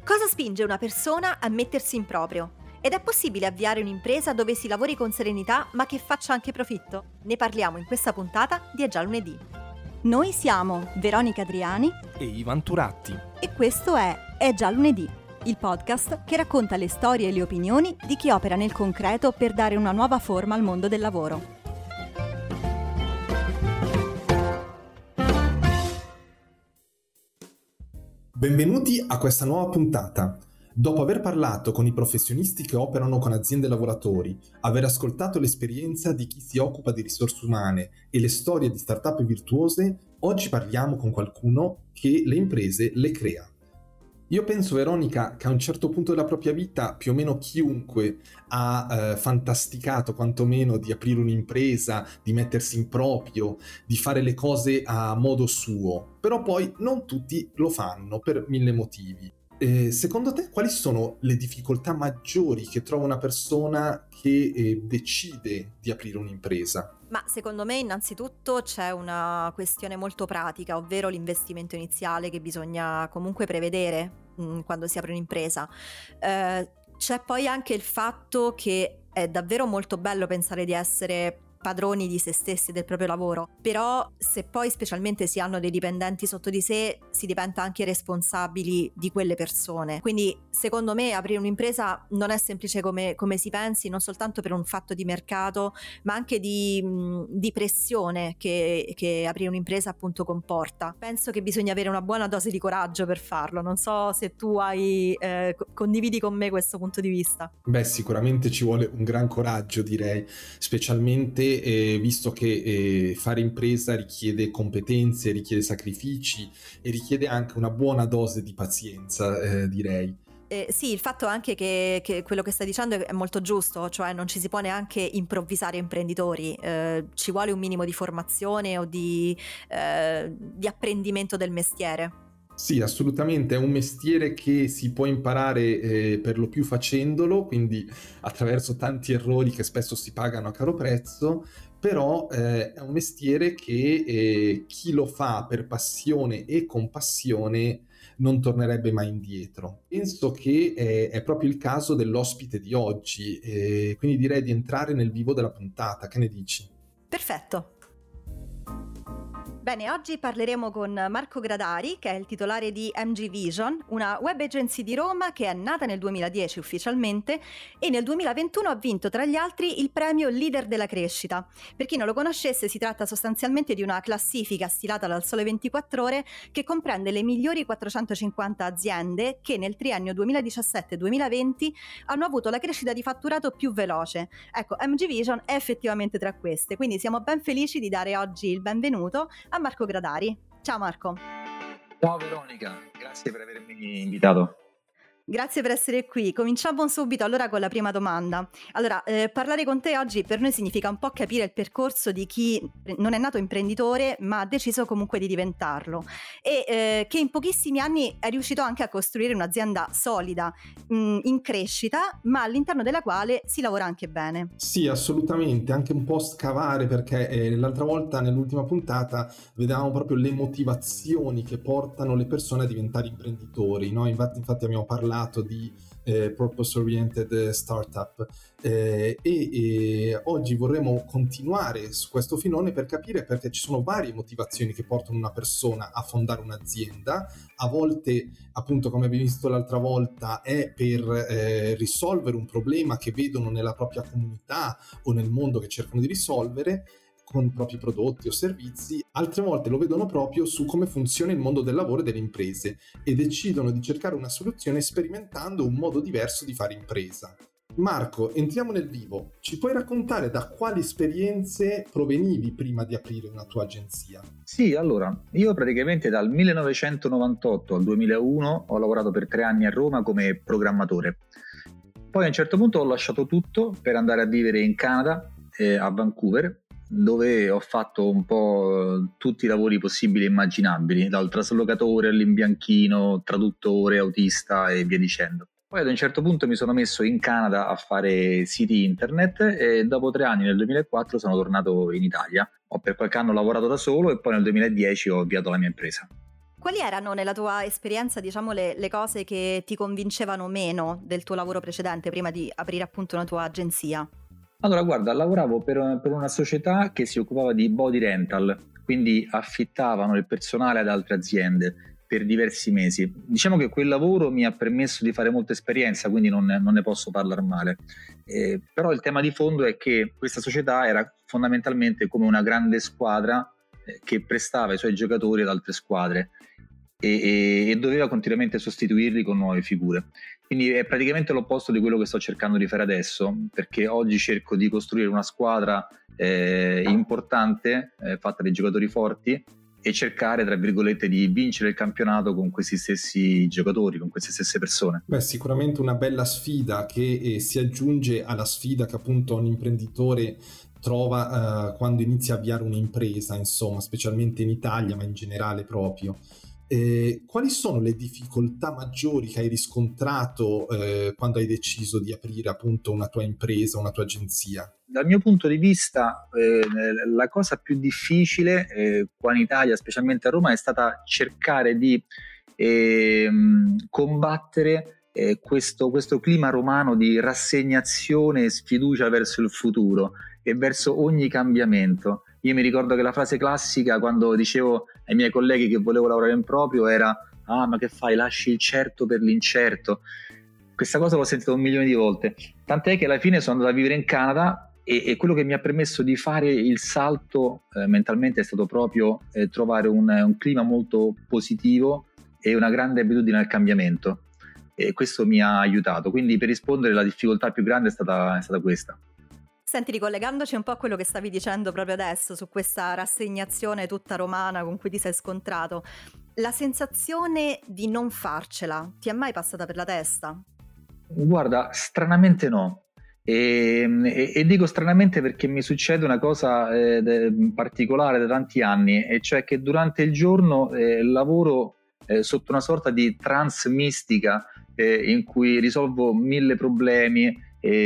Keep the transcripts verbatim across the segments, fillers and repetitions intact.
Cosa spinge una persona a mettersi in proprio? Ed è possibile avviare un'impresa dove si lavori con serenità ma che faccia anche profitto? Ne parliamo in questa puntata di È già lunedì. Noi siamo Veronica Adriani e Ivan Turatti e questo è È già lunedì, il podcast che racconta le storie e le opinioni di chi opera nel concreto per dare una nuova forma al mondo del lavoro. Benvenuti a questa nuova puntata. Dopo aver parlato con i professionisti che operano con aziende e lavoratori, aver ascoltato l'esperienza di chi si occupa di risorse umane e le storie di startup virtuose, oggi parliamo con qualcuno che le imprese le crea. Io penso, Veronica, che a un certo punto della propria vita più o meno chiunque ha eh, fantasticato quantomeno di aprire un'impresa, di mettersi in proprio, di fare le cose a modo suo, però poi non tutti lo fanno per mille motivi. Eh, secondo te quali sono le difficoltà maggiori che trova una persona che eh, decide di aprire un'impresa? Ma secondo me innanzitutto c'è una questione molto pratica, ovvero l'investimento iniziale che bisogna comunque prevedere mh, quando si apre un'impresa. Eh, c'è poi anche il fatto che è davvero molto bello pensare di essere padroni di se stessi, del proprio lavoro, però se poi specialmente si hanno dei dipendenti sotto di sé si diventa anche responsabili di quelle persone. Quindi secondo me aprire un'impresa non è semplice come, come si pensi, non soltanto per un fatto di mercato ma anche di, di pressione che, che aprire un'impresa appunto comporta. Penso che bisogna avere una buona dose di coraggio per farlo. Non so se tu hai eh, condividi con me questo punto di vista. Beh, sicuramente ci vuole un gran coraggio, direi, specialmente Eh, visto che eh, fare impresa richiede competenze, richiede sacrifici e richiede anche una buona dose di pazienza, eh, direi. Eh, sì, il fatto anche che, che quello che stai dicendo è molto giusto, cioè non ci si può neanche improvvisare imprenditori, eh, ci vuole un minimo di formazione o di, eh, di apprendimento del mestiere. Sì, assolutamente, è un mestiere che si può imparare eh, per lo più facendolo, quindi attraverso tanti errori che spesso si pagano a caro prezzo, però eh, è un mestiere che eh, chi lo fa per passione e con passione non tornerebbe mai indietro. Penso che eh, è proprio il caso dell'ospite di oggi, eh, quindi direi di entrare nel vivo della puntata, che ne dici? Perfetto. Bene, oggi parleremo con Marco Gradari, che è il titolare di M G Vision, una web agency di Roma che è nata nel duemiladieci ufficialmente e nel duemilaventuno ha vinto tra gli altri il premio Leader della Crescita. Per chi non lo conoscesse, si tratta sostanzialmente di una classifica stilata dal Sole ventiquattro Ore che comprende le migliori quattrocentocinquanta aziende che nel triennio duemiladiciassette duemilaventi hanno avuto la crescita di fatturato più veloce. Ecco, M G Vision è effettivamente tra queste, quindi siamo ben felici di dare oggi il benvenuto a Marco Gradari. Ciao Marco. Ciao Veronica, grazie per avermi invitato. Grazie per essere qui. Cominciamo subito allora con la prima domanda. Allora, eh, parlare con te oggi per noi significa un po' capire il percorso di chi non è nato imprenditore ma ha deciso comunque di diventarlo e eh, che in pochissimi anni è riuscito anche a costruire un'azienda solida, mh, in crescita, ma all'interno della quale si lavora anche bene. Sì, assolutamente, anche un po' scavare perché eh, l'altra volta nell'ultima puntata vedevamo proprio le motivazioni che portano le persone a diventare imprenditori, no? Infatti, infatti abbiamo parlato di eh, purpose oriented startup eh, e, e oggi vorremmo continuare su questo filone per capire perché ci sono varie motivazioni che portano una persona a fondare un'azienda. A volte, appunto, come abbiamo visto l'altra volta, è per eh, risolvere un problema che vedono nella propria comunità o nel mondo che cercano di risolvere con i propri prodotti o servizi, altre volte lo vedono proprio su come funziona il mondo del lavoro e delle imprese e decidono di cercare una soluzione sperimentando un modo diverso di fare impresa. Marco, entriamo nel vivo. Ci puoi raccontare da quali esperienze provenivi prima di aprire una tua agenzia? Sì, allora, io praticamente dal millenovecentonovantotto al duemilauno ho lavorato per tre anni a Roma come programmatore. Poi a un certo punto ho lasciato tutto per andare a vivere in Canada, eh, a Vancouver, dove ho fatto un po' tutti i lavori possibili e immaginabili, dal traslocatore all'imbianchino, traduttore, autista e via dicendo. Poi ad un certo punto mi sono messo in Canada a fare siti internet e dopo tre anni, nel duemilaquattro, sono tornato in Italia. Ho per qualche anno lavorato da solo e poi nel duemiladieci ho avviato la mia impresa. Quali erano nella tua esperienza, diciamo, le, le cose che ti convincevano meno del tuo lavoro precedente prima di aprire appunto una tua agenzia? Allora, guarda, lavoravo per, per una società che si occupava di body rental, quindi affittavano il personale ad altre aziende per diversi mesi. Diciamo che quel lavoro mi ha permesso di fare molta esperienza, quindi non ne, non ne posso parlare male. Eh, però il tema di fondo è che questa società era fondamentalmente come una grande squadra eh, che prestava i suoi giocatori ad altre squadre e, e, e doveva continuamente sostituirli con nuove figure. Quindi è praticamente l'opposto di quello che sto cercando di fare adesso, perché oggi cerco di costruire una squadra eh, importante, eh, fatta di giocatori forti, e cercare, tra virgolette, di vincere il campionato con questi stessi giocatori, con queste stesse persone. Beh, sicuramente una bella sfida che eh, si aggiunge alla sfida che appunto un imprenditore trova eh, quando inizia a avviare un'impresa, insomma, specialmente in Italia, ma in generale proprio. Eh, quali sono le difficoltà maggiori che hai riscontrato eh, quando hai deciso di aprire appunto una tua impresa, una tua agenzia? Dal mio punto di vista eh, la cosa più difficile eh, qua in Italia, specialmente a Roma, è stata cercare di eh, combattere eh, questo, questo clima romano di rassegnazione e sfiducia verso il futuro e verso ogni cambiamento. Io mi ricordo che la frase classica quando dicevo ai miei colleghi che volevo lavorare in proprio era: ah, ma che fai, lasci il certo per l'incerto. Questa cosa l'ho sentita un milione di volte, tant'è che alla fine sono andato a vivere in Canada e, e quello che mi ha permesso di fare il salto eh, mentalmente è stato proprio eh, trovare un, un clima molto positivo e una grande abitudine al cambiamento, e questo mi ha aiutato. Quindi, per rispondere, la difficoltà più grande è stata, è stata questa. Senti, ricollegandoci un po' a quello che stavi dicendo proprio adesso su questa rassegnazione tutta romana con cui ti sei scontrato, la sensazione di non farcela ti è mai passata per la testa? Guarda, stranamente no. E, e, e dico stranamente perché mi succede una cosa eh, de, particolare da tanti anni, e cioè che durante il giorno eh, lavoro eh, sotto una sorta di trance mistica eh, in cui risolvo mille problemi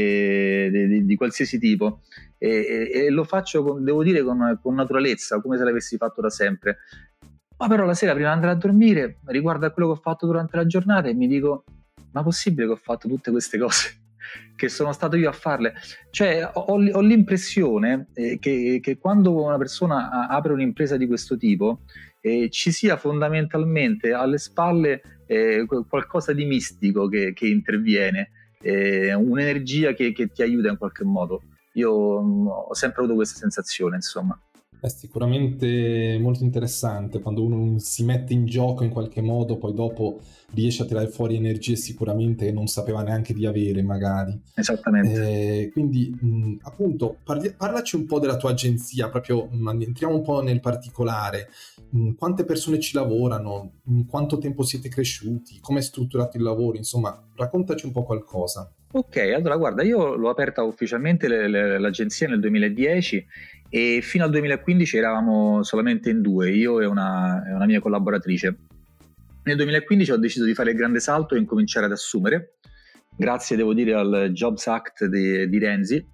eh, di, di qualsiasi tipo, e, e, e lo faccio, con, devo dire, con, con naturalezza, come se l'avessi fatto da sempre. Ma però la sera, prima di andare a dormire, riguardo a quello che ho fatto durante la giornata e mi dico: ma possibile che ho fatto tutte queste cose? Che sono stato io a farle? Cioè ho, ho l'impressione eh, che, che quando una persona apre un'impresa di questo tipo eh, ci sia fondamentalmente alle spalle eh, qualcosa di mistico che, che interviene, eh, un'energia che, che ti aiuta in qualche modo. Io mh, ho sempre avuto questa sensazione, insomma. È sicuramente molto interessante quando uno si mette in gioco in qualche modo, poi dopo riesce a tirare fuori energie sicuramente che non sapeva neanche di avere, magari. Esattamente. Eh, quindi mh, appunto parli, parlaci un po' della tua agenzia, proprio mh, entriamo un po' nel particolare. Mh, quante persone ci lavorano? Mh, quanto tempo siete cresciuti? Come è strutturato il lavoro? Insomma, raccontaci un po' qualcosa. Ok, allora guarda, io l'ho aperta ufficialmente le, le, l'agenzia nel duemiladieci e fino al duemilaquindici eravamo solamente in due, io e una, e una mia collaboratrice. Nel duemilaquindici ho deciso di fare il grande salto e incominciare ad assumere, grazie, devo dire, al Jobs Act di, di Renzi,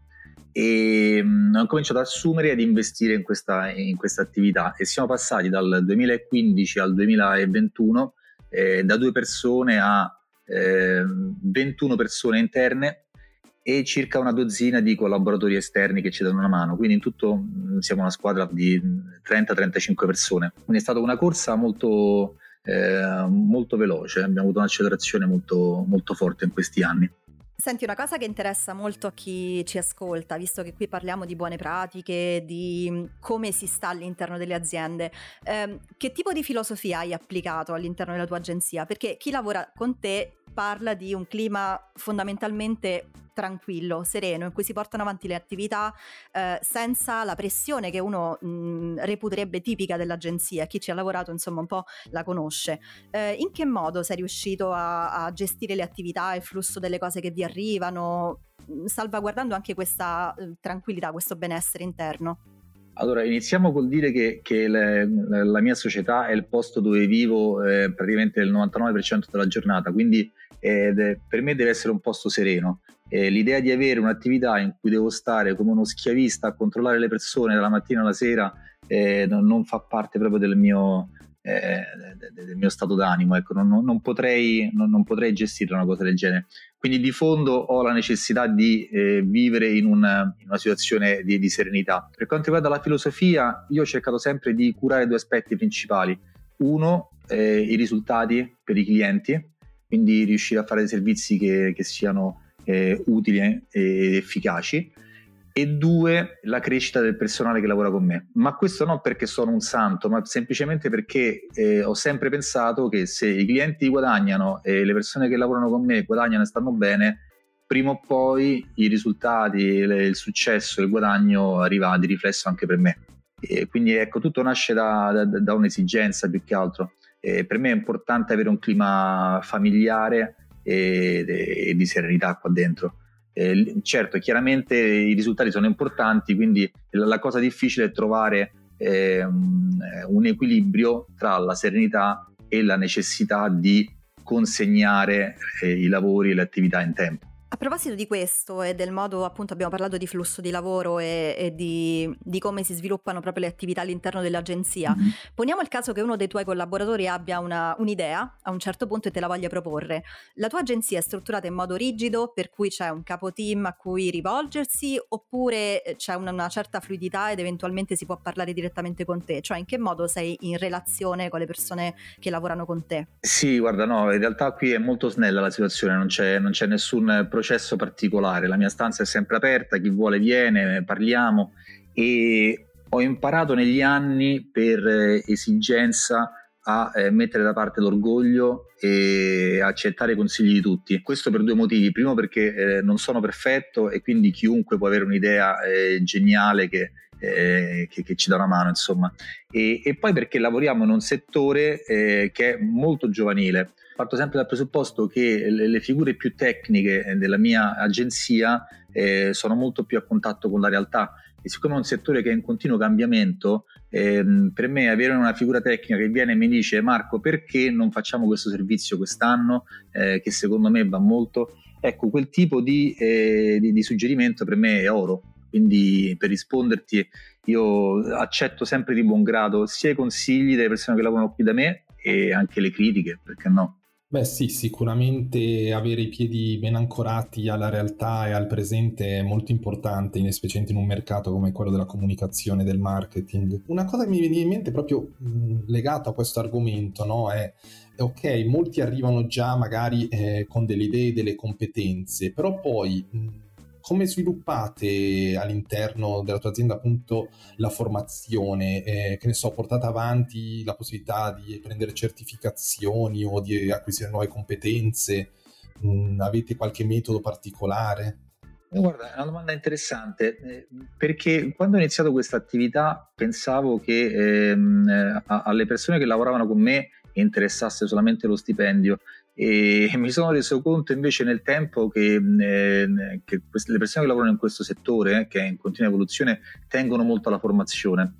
e mh, ho cominciato ad assumere e ad investire in questa, in questa attività, e siamo passati dal duemilaquindici al duemilaventuno eh, da due persone a eh, ventuno persone interne e circa una dozzina di collaboratori esterni che ci danno una mano, quindi in tutto mh, siamo una squadra di trenta trentacinque persone. Quindi è stata una corsa molto, eh, molto veloce, abbiamo avuto un'accelerazione molto, molto forte in questi anni. Senti, una cosa che interessa molto a chi ci ascolta, visto che qui parliamo di buone pratiche, di come si sta all'interno delle aziende, ehm, che tipo di filosofia hai applicato all'interno della tua agenzia? Perché chi lavora con te parla di un clima fondamentalmente tranquillo, sereno, in cui si portano avanti le attività eh, senza la pressione che uno mh, reputerebbe tipica dell'agenzia. Chi ci ha lavorato insomma un po' la conosce. Eh, in che modo sei riuscito a, a gestire le attività, il flusso delle cose che vi arrivano, salvaguardando anche questa eh, tranquillità, questo benessere interno? Allora, iniziamo col dire che, che le, la mia società è il posto dove vivo eh, praticamente il novantanove per cento della giornata, quindi eh, per me deve essere un posto sereno. Eh, l'idea di avere un'attività in cui devo stare come uno schiavista a controllare le persone dalla mattina alla sera eh, non, non fa parte proprio del mio, eh, del mio stato d'animo, ecco, non, non, potrei, non, non potrei gestire una cosa del genere. Quindi di fondo ho la necessità di eh, vivere in una, in una situazione di, di serenità. Per quanto riguarda la filosofia, io ho cercato sempre di curare due aspetti principali. Uno, eh, i risultati per i clienti, quindi riuscire a fare dei servizi che, che siano eh, utili ed efficaci, e due, la crescita del personale che lavora con me. Ma questo non perché sono un santo, ma semplicemente perché eh, ho sempre pensato che se i clienti guadagnano e le persone che lavorano con me guadagnano e stanno bene, prima o poi i risultati, il successo, il guadagno arriva di riflesso anche per me. E quindi ecco, tutto nasce da, da, da un'esigenza più che altro. E per me è importante avere un clima familiare e, e di serenità qua dentro. Eh, certo, chiaramente i risultati sono importanti, quindi la, la cosa difficile è trovare eh, un equilibrio tra la serenità e la necessità di consegnare eh, i lavori e le attività in tempo. A proposito di questo e del modo, appunto abbiamo parlato di flusso di lavoro e, e di, di come si sviluppano proprio le attività all'interno dell'agenzia, mm-hmm. Poniamo il caso che uno dei tuoi collaboratori abbia una, un'idea a un certo punto e te la voglia proporre. La tua agenzia è strutturata in modo rigido, per cui c'è un capo team a cui rivolgersi, oppure c'è una, una certa fluidità ed eventualmente si può parlare direttamente con te? Cioè, in che modo sei in relazione con le persone che lavorano con te? Sì, guarda, no, in realtà qui è molto snella la situazione, non c'è, non c'è nessun processo particolare, la mia stanza è sempre aperta, chi vuole viene, parliamo, e ho imparato negli anni per esigenza a eh, mettere da parte l'orgoglio e accettare i consigli di tutti. Questo per due motivi: primo perché eh, non sono perfetto e quindi chiunque può avere un'idea eh, geniale che, eh, che, che ci dà una mano, insomma, e, e poi perché lavoriamo in un settore eh, che è molto giovanile. Parto sempre dal presupposto che le, le figure più tecniche della mia agenzia eh, sono molto più a contatto con la realtà, e siccome è un settore che è in continuo cambiamento, ehm, per me avere una figura tecnica che viene e mi dice: Marco, perché non facciamo questo servizio quest'anno, eh, che secondo me va molto, ecco, quel tipo di, eh, di, di suggerimento per me è oro. Quindi, per risponderti, io accetto sempre di buon grado sia i consigli delle persone che lavorano qui da me e anche le critiche, perché no? Beh sì, sicuramente avere i piedi ben ancorati alla realtà e al presente è molto importante, specialmente in un mercato come quello della comunicazione e del marketing. Una cosa che mi viene in mente proprio mh, legata a questo argomento, no, è ok, molti arrivano già magari eh, con delle idee, delle competenze, però poi mh, come sviluppate all'interno della tua azienda appunto la formazione, eh, che ne so, portate avanti la possibilità di prendere certificazioni o di acquisire nuove competenze? Mm, avete qualche metodo particolare? Guarda, è una domanda interessante, perché quando ho iniziato questa attività pensavo che ehm, alle persone che lavoravano con me interessasse solamente lo stipendio, e mi sono reso conto invece nel tempo che, eh, che queste, le persone che lavorano in questo settore, eh, che è in continua evoluzione, tengono molto alla formazione.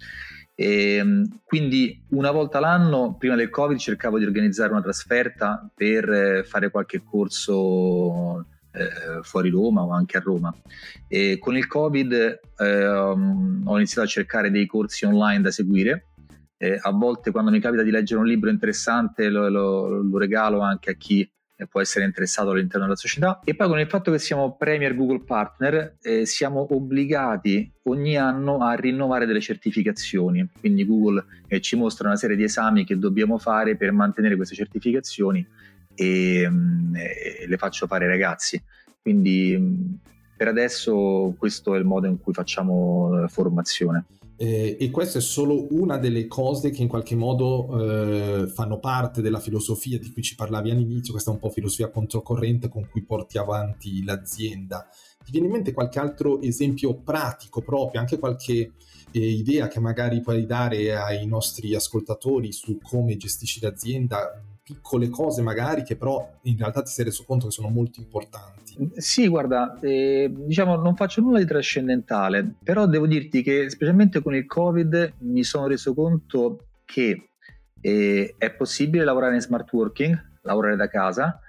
E quindi una volta l'anno, prima del Covid, cercavo di organizzare una trasferta per fare qualche corso eh, fuori Roma o anche a Roma. E con il Covid eh, ho iniziato a cercare dei corsi online da seguire. Eh, a volte, quando mi capita di leggere un libro interessante, lo, lo, lo regalo anche a chi eh, può essere interessato all'interno della società. E poi, con il fatto che siamo Premier Google Partner, eh, siamo obbligati ogni anno a rinnovare delle certificazioni. Quindi Google eh, ci mostra una serie di esami che dobbiamo fare per mantenere queste certificazioni, e, mh, e le faccio fare ai ragazzi. Quindi mh, per adesso questo è il modo in cui facciamo eh, formazione. Eh, e questa è solo una delle cose che in qualche modo eh, fanno parte della filosofia di cui ci parlavi all'inizio, questa è un po' filosofia controcorrente con cui porti avanti l'azienda. Ti viene in mente qualche altro esempio pratico proprio, anche qualche eh, idea che magari puoi dare ai nostri ascoltatori su come gestisci l'azienda? Piccole cose magari che però in realtà ti sei reso conto che sono molto importanti. Sì, guarda, eh, diciamo non faccio nulla di trascendentale, però devo dirti che specialmente con il Covid mi sono reso conto che eh, è possibile lavorare in smart working, lavorare da casa,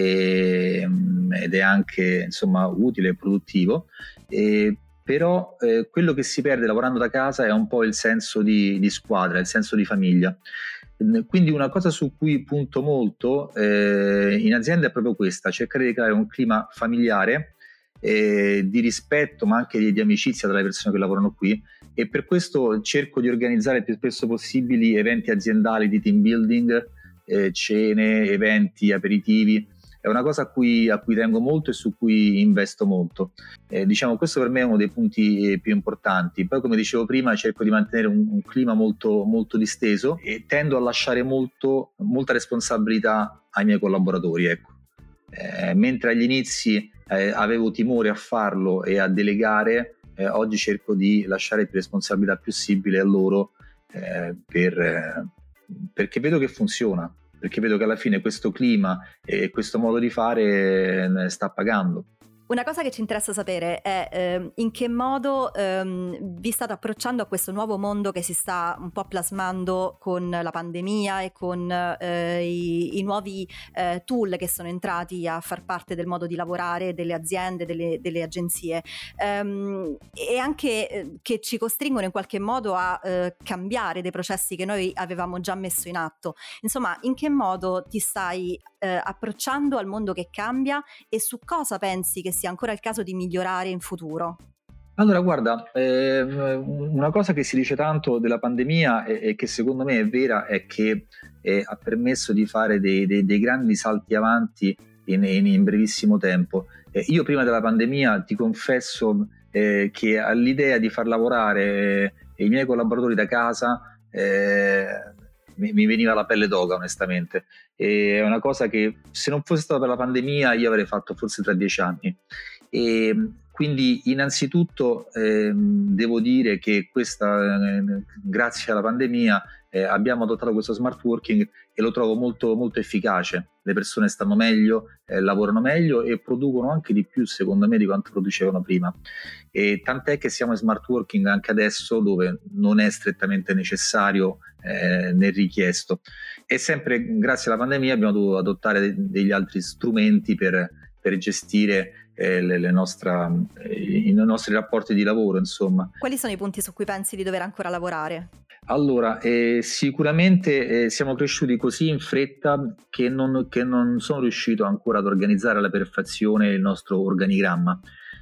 eh, ed è anche insomma utile e produttivo, eh, però eh, quello che si perde lavorando da casa è un po' il senso di, di squadra, il senso di famiglia. Quindi una cosa su cui punto molto eh, in azienda è proprio questa: cercare di creare un clima familiare, eh, di rispetto, ma anche di, di amicizia tra le persone che lavorano qui, e per questo cerco di organizzare il più spesso possibili eventi aziendali di team building, eh, cene, eventi, aperitivi. È una cosa a cui, a cui tengo molto e su cui investo molto. Eh, diciamo, questo per me è uno dei punti più importanti. Poi, come dicevo prima, cerco di mantenere un, un clima molto, molto disteso e tendo a lasciare molto, molta responsabilità ai miei collaboratori. Ecco. Eh, mentre agli inizi eh, avevo timore a farlo e a delegare, eh, oggi cerco di lasciare più responsabilità possibile a loro, eh, per, eh, perché vedo che funziona. Perché vedo che alla fine questo clima e questo modo di fare sta pagando. Una cosa che ci interessa sapere è ehm, in che modo ehm, vi state approcciando a questo nuovo mondo che si sta un po' plasmando con la pandemia e con eh, i, i nuovi eh, tool che sono entrati a far parte del modo di lavorare delle aziende, delle, delle agenzie, ehm, e anche eh, che ci costringono in qualche modo a eh, cambiare dei processi che noi avevamo già messo in atto. Insomma, in che modo ti stai eh, approcciando al mondo che cambia e su cosa pensi che sia ancora il caso di migliorare in futuro? Allora, guarda, eh, una cosa che si dice tanto della pandemia e, e che secondo me è vera è che eh, ha permesso di fare dei, dei, dei grandi salti avanti in, in, in brevissimo tempo. Eh, io prima della pandemia ti confesso eh, che all'idea di far lavorare eh, i miei collaboratori da casa eh, mi, mi veniva la pelle d'oca, onestamente. E è una cosa che, se non fosse stata per la pandemia, io avrei fatto forse tra dieci anni. E quindi innanzitutto eh, devo dire che questa, eh, grazie alla pandemia eh, abbiamo adottato questo smart working e lo trovo molto, molto efficace. Le persone stanno meglio, eh, lavorano meglio e producono anche di più, secondo me, di quanto producevano prima. E tant'è che siamo in smart working anche adesso, dove non è strettamente necessario eh, né richiesto. E sempre grazie alla pandemia abbiamo dovuto adottare degli altri strumenti per, per gestire eh, le, le nostra, eh, i nostri rapporti di lavoro, insomma. Quali sono i punti su cui pensi di dover ancora lavorare? Allora, eh, sicuramente eh, siamo cresciuti così in fretta che non, che non sono riuscito ancora ad organizzare alla perfezione il nostro organigramma.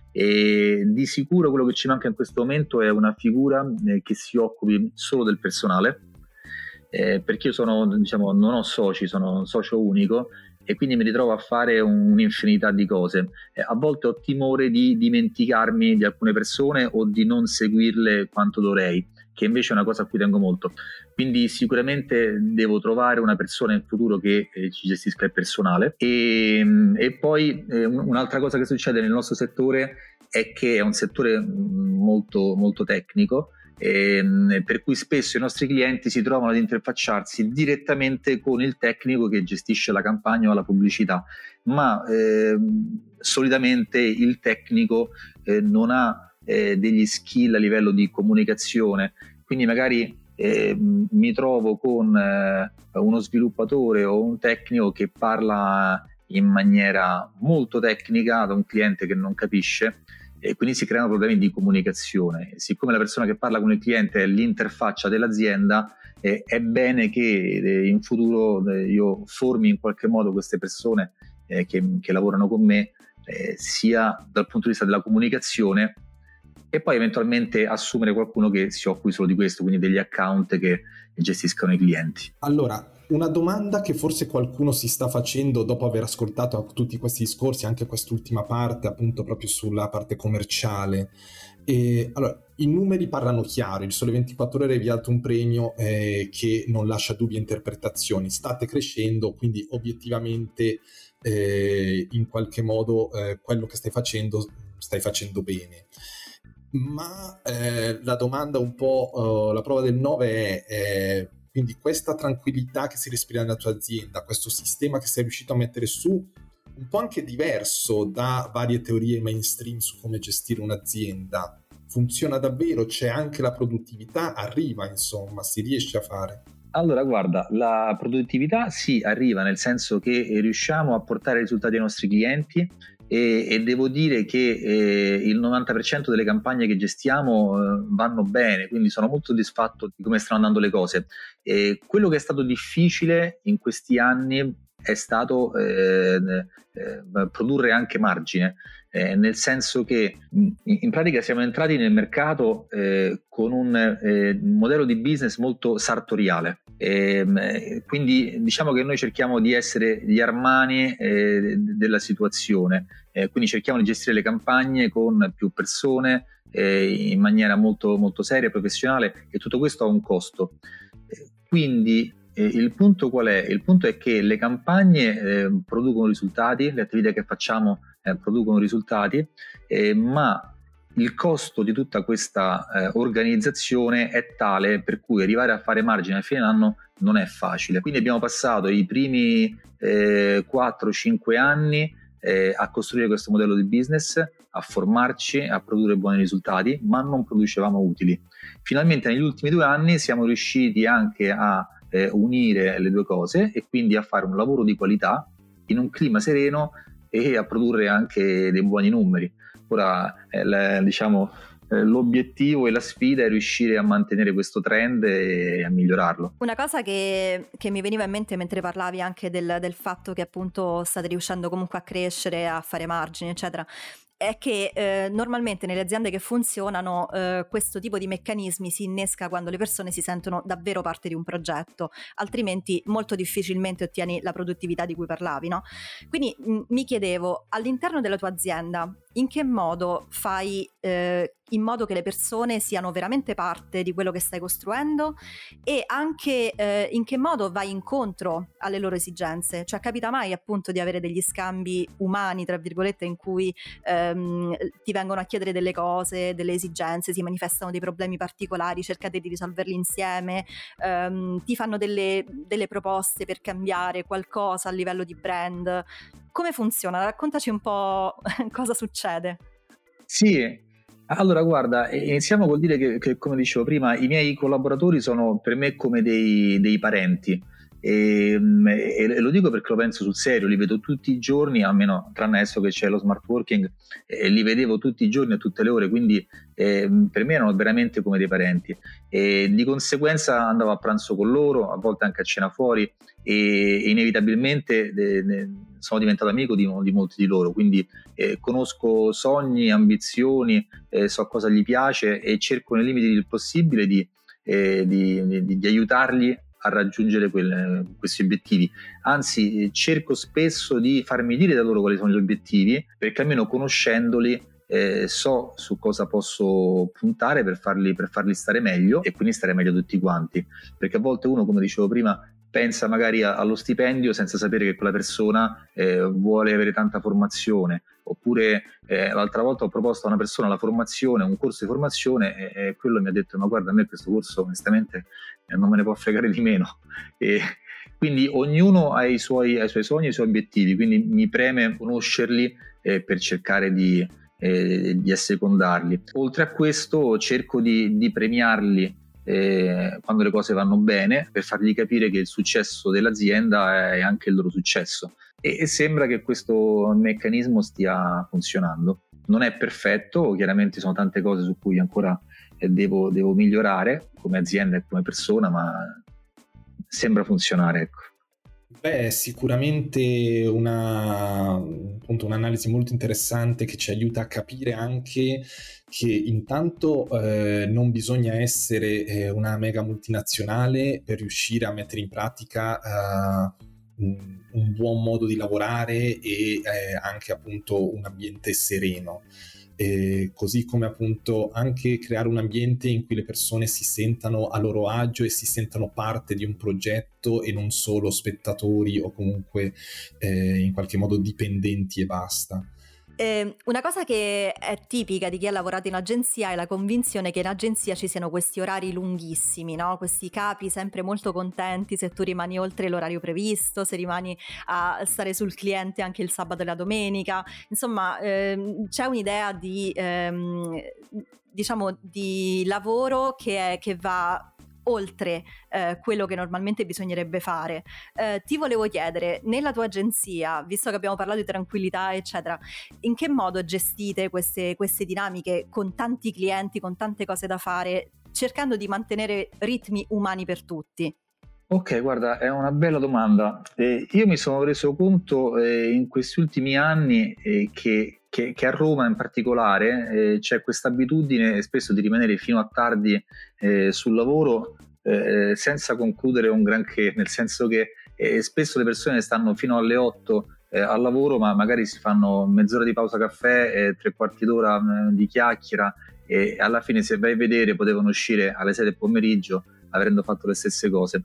E di sicuro quello che ci manca in questo momento è una figura eh, che si occupi solo del personale, eh, perché io sono, diciamo, non ho soci, sono socio unico e quindi mi ritrovo a fare un'infinità di cose. Eh, a volte ho timore di dimenticarmi di alcune persone o di non seguirle quanto dovrei, che invece è una cosa a cui tengo molto. Quindi sicuramente devo trovare una persona in futuro che eh, ci gestisca il personale. E, e poi eh, un'altra cosa che succede nel nostro settore è che è un settore molto, molto tecnico, eh, per cui spesso i nostri clienti si trovano ad interfacciarsi direttamente con il tecnico che gestisce la campagna o la pubblicità, ma eh, solitamente il tecnico eh, non ha Eh, degli skill a livello di comunicazione, quindi magari eh, mi trovo con eh, uno sviluppatore o un tecnico che parla in maniera molto tecnica ad un cliente che non capisce e quindi si creano problemi di comunicazione. Siccome la persona che parla con il cliente è l'interfaccia dell'azienda, eh, è bene che eh, in futuro eh, io formi in qualche modo queste persone eh, che, che lavorano con me, eh, sia dal punto di vista della comunicazione, e poi eventualmente assumere qualcuno che si occupi solo di questo, quindi degli account che gestiscano i clienti. Allora, una domanda che forse qualcuno si sta facendo dopo aver ascoltato tutti questi discorsi, anche quest'ultima parte, appunto proprio sulla parte commerciale. E, allora, i numeri parlano chiaro, il Sole ventiquattro Ore vi ha dato un premio eh, che non lascia dubbi e interpretazioni. State crescendo, quindi obiettivamente eh, in qualche modo eh, quello che stai facendo stai facendo bene. Ma eh, la domanda un po', uh, la prova del nove è eh, quindi questa tranquillità che si respira nella tua azienda, questo sistema che sei riuscito a mettere su, un po' anche diverso da varie teorie mainstream su come gestire un'azienda, funziona davvero? C'è anche la produttività? Arriva, insomma, si riesce a fare? Allora, guarda, la produttività sì arriva, nel senso che riusciamo a portare risultati ai nostri clienti e, e devo dire che eh, il novanta per cento delle campagne che gestiamo eh, vanno bene, quindi sono molto soddisfatto di come stanno andando le cose. E quello che è stato difficile in questi anni è stato eh, eh, produrre anche margine. Eh, nel senso che in, in pratica siamo entrati nel mercato eh, con un eh, modello di business molto sartoriale, eh, quindi diciamo che noi cerchiamo di essere gli Armani eh, della situazione, eh, quindi cerchiamo di gestire le campagne con più persone eh, in maniera molto, molto seria e professionale, e tutto questo ha un costo. Eh, quindi eh, il punto qual è? Il punto è che le campagne eh, producono risultati, le attività che facciamo Eh, producono risultati, eh, ma il costo di tutta questa eh, organizzazione è tale per cui arrivare a fare margine a fine anno non è facile. Quindi abbiamo passato i primi eh, quattro cinque anni eh, a costruire questo modello di business, a formarci, a produrre buoni risultati, ma non producevamo utili. Finalmente negli ultimi due anni siamo riusciti anche a eh, unire le due cose e quindi a fare un lavoro di qualità in un clima sereno e a produrre anche dei buoni numeri. Ora eh, l- diciamo eh, l'obiettivo e la sfida è riuscire a mantenere questo trend e a migliorarlo. Una cosa che, che mi veniva in mente mentre parlavi anche del, del fatto che appunto state riuscendo comunque a crescere, a fare margini eccetera, è che eh, normalmente nelle aziende che funzionano eh, questo tipo di meccanismi si innesca quando le persone si sentono davvero parte di un progetto, altrimenti molto difficilmente ottieni la produttività di cui parlavi, no? Quindi m- mi chiedevo, all'interno della tua azienda, in che modo fai eh, in modo che le persone siano veramente parte di quello che stai costruendo, e anche eh, in che modo vai incontro alle loro esigenze? Cioè, capita mai appunto di avere degli scambi umani, tra virgolette, in cui ehm, ti vengono a chiedere delle cose, delle esigenze, si manifestano dei problemi particolari, cercate di risolverli insieme, ehm, ti fanno delle, delle proposte per cambiare qualcosa a livello di brand? Come funziona? Raccontaci un po' cosa succede. Sì, allora guarda, iniziamo col dire che, che come dicevo prima, i miei collaboratori sono per me come dei, dei parenti, e, e lo dico perché lo penso sul serio, li vedo tutti i giorni, almeno tranne adesso che c'è lo smart working, eh, li vedevo tutti i giorni a tutte le ore, quindi eh, per me erano veramente come dei parenti, e di conseguenza andavo a pranzo con loro, a volte anche a cena fuori, e inevitabilmente de, de, sono diventato amico di, di molti di loro, quindi eh, conosco sogni, ambizioni, eh, so cosa gli piace e cerco nei limiti del possibile di, eh, di, di, di aiutarli a raggiungere quel, questi obiettivi. Anzi, cerco spesso di farmi dire da loro quali sono gli obiettivi, perché almeno conoscendoli eh, so su cosa posso puntare per farli, per farli stare meglio, e quindi stare meglio tutti quanti, perché a volte uno, come dicevo prima, pensa magari a, allo stipendio senza sapere che quella persona eh, vuole avere tanta formazione, oppure eh, l'altra volta ho proposto a una persona la formazione, un corso di formazione, e, e quello mi ha detto: ma guarda, a me questo corso onestamente eh, non me ne può fregare di meno. E quindi ognuno ha i suoi, ha i suoi sogni, i suoi obiettivi, quindi mi preme conoscerli eh, per cercare di, eh, di assecondarli. Oltre a questo cerco di, di premiarli Eh, quando le cose vanno bene, per fargli capire che il successo dell'azienda è anche il loro successo, e, e sembra che questo meccanismo stia funzionando. Non è perfetto, chiaramente sono tante cose su cui ancora eh, devo, devo migliorare come azienda e come persona, ma sembra funzionare, ecco. Beh, sicuramente una, appunto, un'analisi molto interessante che ci aiuta a capire anche che intanto eh, non bisogna essere eh, una mega multinazionale per riuscire a mettere in pratica eh, un, un buon modo di lavorare e eh, anche appunto un ambiente sereno. Eh, così come appunto anche creare un ambiente in cui le persone si sentano a loro agio e si sentano parte di un progetto e non solo spettatori o comunque eh, in qualche modo dipendenti e basta. Eh, una cosa che è tipica di chi ha lavorato in agenzia è la convinzione che in agenzia ci siano questi orari lunghissimi, no? Questi capi sempre molto contenti se tu rimani oltre l'orario previsto, se rimani a stare sul cliente anche il sabato e la domenica. Insomma, ehm, c'è un'idea di, ehm, diciamo, di lavoro che, è, che va oltre eh, quello che normalmente bisognerebbe fare. Eh, ti volevo chiedere, nella tua agenzia, visto che abbiamo parlato di tranquillità eccetera, in che modo gestite queste, queste dinamiche con tanti clienti, con tante cose da fare, cercando di mantenere ritmi umani per tutti? Ok, guarda, è una bella domanda. Eh, io mi sono reso conto eh, in questi ultimi anni eh, che, che, che a Roma in particolare eh, c'è questa abitudine spesso di rimanere fino a tardi eh, sul lavoro eh, senza concludere un granché, nel senso che eh, spesso le persone stanno fino alle otto eh, al lavoro, ma magari si fanno mezz'ora di pausa caffè, eh, tre quarti d'ora eh, di chiacchiera, e alla fine, se vai a vedere, potevano uscire alle sei del pomeriggio avendo fatto le stesse cose.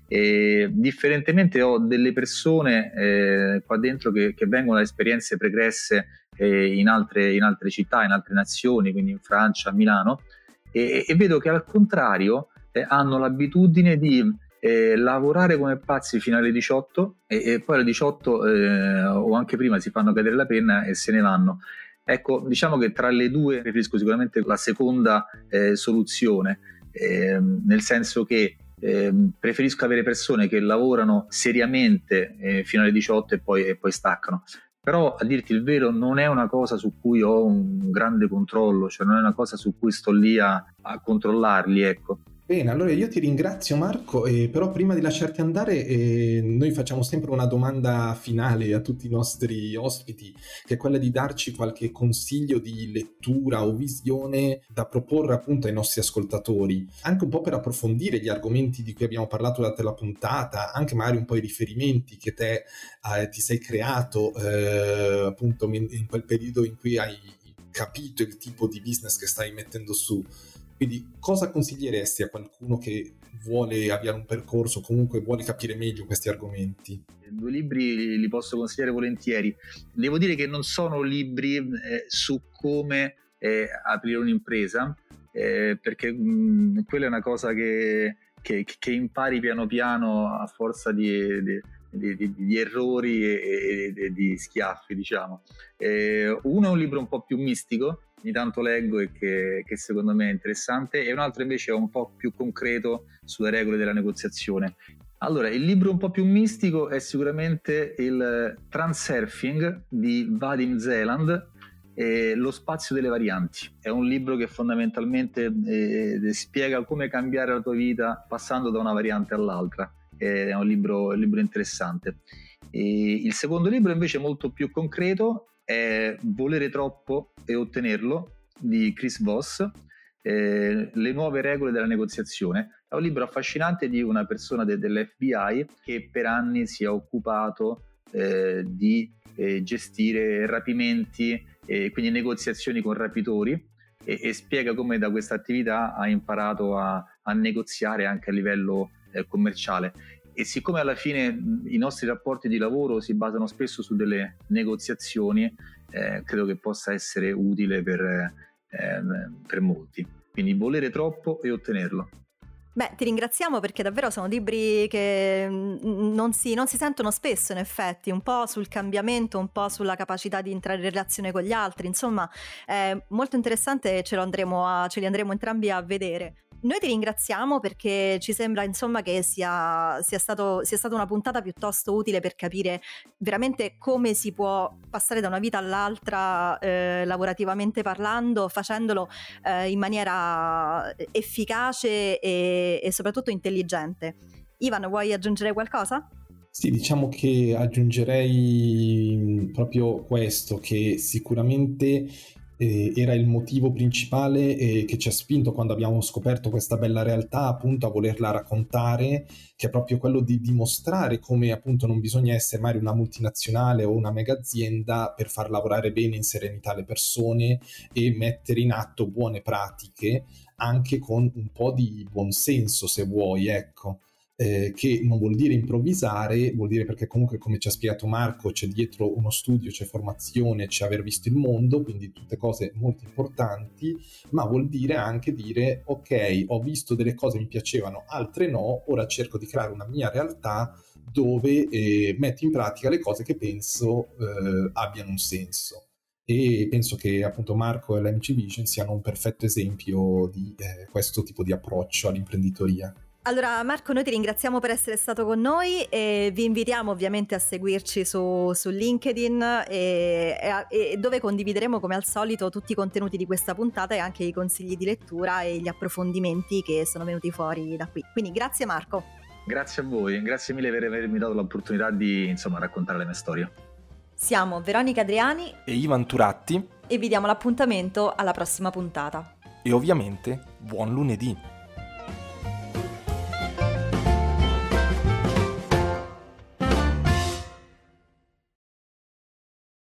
E differentemente ho delle persone eh, qua dentro che, che vengono da esperienze pregresse eh, in, altre, in altre città, in altre nazioni, quindi in Francia, a Milano, e, e vedo che al contrario eh, hanno l'abitudine di eh, lavorare come pazzi fino alle diciotto e, e poi alle diciotto eh, o anche prima si fanno cadere la penna e se ne vanno. Ecco, diciamo che tra le due preferisco sicuramente la seconda eh, soluzione, eh, nel senso che eh, preferisco avere persone che lavorano seriamente eh, fino alle diciotto e poi, e poi staccano. Però, a dirti il vero, non è una cosa su cui ho un grande controllo, cioè non è una cosa su cui sto lì a, a controllarli, ecco. Bene, allora io ti ringrazio Marco, eh, però prima di lasciarti andare eh, noi facciamo sempre una domanda finale a tutti i nostri ospiti, che è quella di darci qualche consiglio di lettura o visione da proporre appunto ai nostri ascoltatori, anche un po' per approfondire gli argomenti di cui abbiamo parlato durante la puntata, anche magari un po' i riferimenti che te eh, ti sei creato eh, appunto in quel periodo in cui hai capito il tipo di business che stai mettendo su. Quindi cosa consiglieresti a qualcuno che vuole avviare un percorso, comunque vuole capire meglio questi argomenti? Due libri li posso consigliare volentieri. Devo dire che non sono libri eh, su come eh, aprire un'impresa, eh, perché mh, quella è una cosa che, che, che impari piano piano a forza di, di, di, di, di errori e, e di schiaffi, diciamo. Eh, uno è un libro un po' più mistico, ogni tanto leggo e che, che secondo me è interessante, e un altro invece è un po' più concreto sulle regole della negoziazione. Allora, il libro un po' più mistico è sicuramente il Transurfing di Vadim Zeland, eh, Lo spazio delle varianti. È un libro che fondamentalmente eh, spiega come cambiare la tua vita passando da una variante all'altra. Eh, è un libro, un libro interessante. E il secondo libro invece è molto più concreto, è Volere troppo e ottenerlo di Chris Voss, eh, Le nuove regole della negoziazione. È un libro affascinante di una persona de- dell'F B I che per anni si è occupato eh, di eh, gestire rapimenti e quindi negoziazioni con rapitori, e, e spiega come da questa attività ha imparato a, a negoziare anche a livello eh, commerciale. E siccome alla fine i nostri rapporti di lavoro si basano spesso su delle negoziazioni, eh, credo che possa essere utile per, eh, per molti. Quindi volere troppo e ottenerlo. Beh, ti ringraziamo perché davvero sono libri che non si, non si sentono spesso, in effetti, un po' sul cambiamento, un po' sulla capacità di entrare in relazione con gli altri, insomma è molto interessante e ce lo andremo a, ce li andremo entrambi a vedere. Noi ti ringraziamo perché ci sembra insomma che sia, sia, stato, sia stata una puntata piuttosto utile per capire veramente come si può passare da una vita all'altra eh, lavorativamente parlando, facendolo eh, in maniera efficace e, e soprattutto intelligente. Ivan, vuoi aggiungere qualcosa? Sì, diciamo che aggiungerei proprio questo, che sicuramente eh, era il motivo principale eh, che ci ha spinto quando abbiamo scoperto questa bella realtà appunto a volerla raccontare, che è proprio quello di dimostrare come appunto non bisogna essere magari una multinazionale o una mega azienda per far lavorare bene in serenità le persone e mettere in atto buone pratiche anche con un po' di buonsenso, se vuoi, ecco. Eh, che non vuol dire improvvisare, vuol dire, perché comunque come ci ha spiegato Marco c'è dietro uno studio, c'è formazione, c'è aver visto il mondo, quindi tutte cose molto importanti, ma vuol dire anche dire ok, ho visto delle cose che mi piacevano, altre no, ora cerco di creare una mia realtà dove eh, metto in pratica le cose che penso eh, abbiano un senso. E penso che appunto Marco e l'M C Vision siano un perfetto esempio di eh, questo tipo di approccio all'imprenditoria. Allora Marco, noi ti ringraziamo per essere stato con noi e vi invitiamo ovviamente a seguirci su, su LinkedIn e, e, e dove condivideremo come al solito tutti i contenuti di questa puntata e anche i consigli di lettura e gli approfondimenti che sono venuti fuori da qui. Quindi grazie Marco. Grazie a voi, grazie mille per avermi dato l'opportunità di insomma raccontare le mie storie. Siamo Veronica Adriani e Ivan Turatti e vi diamo l'appuntamento alla prossima puntata. e ovviamente buon lunedì.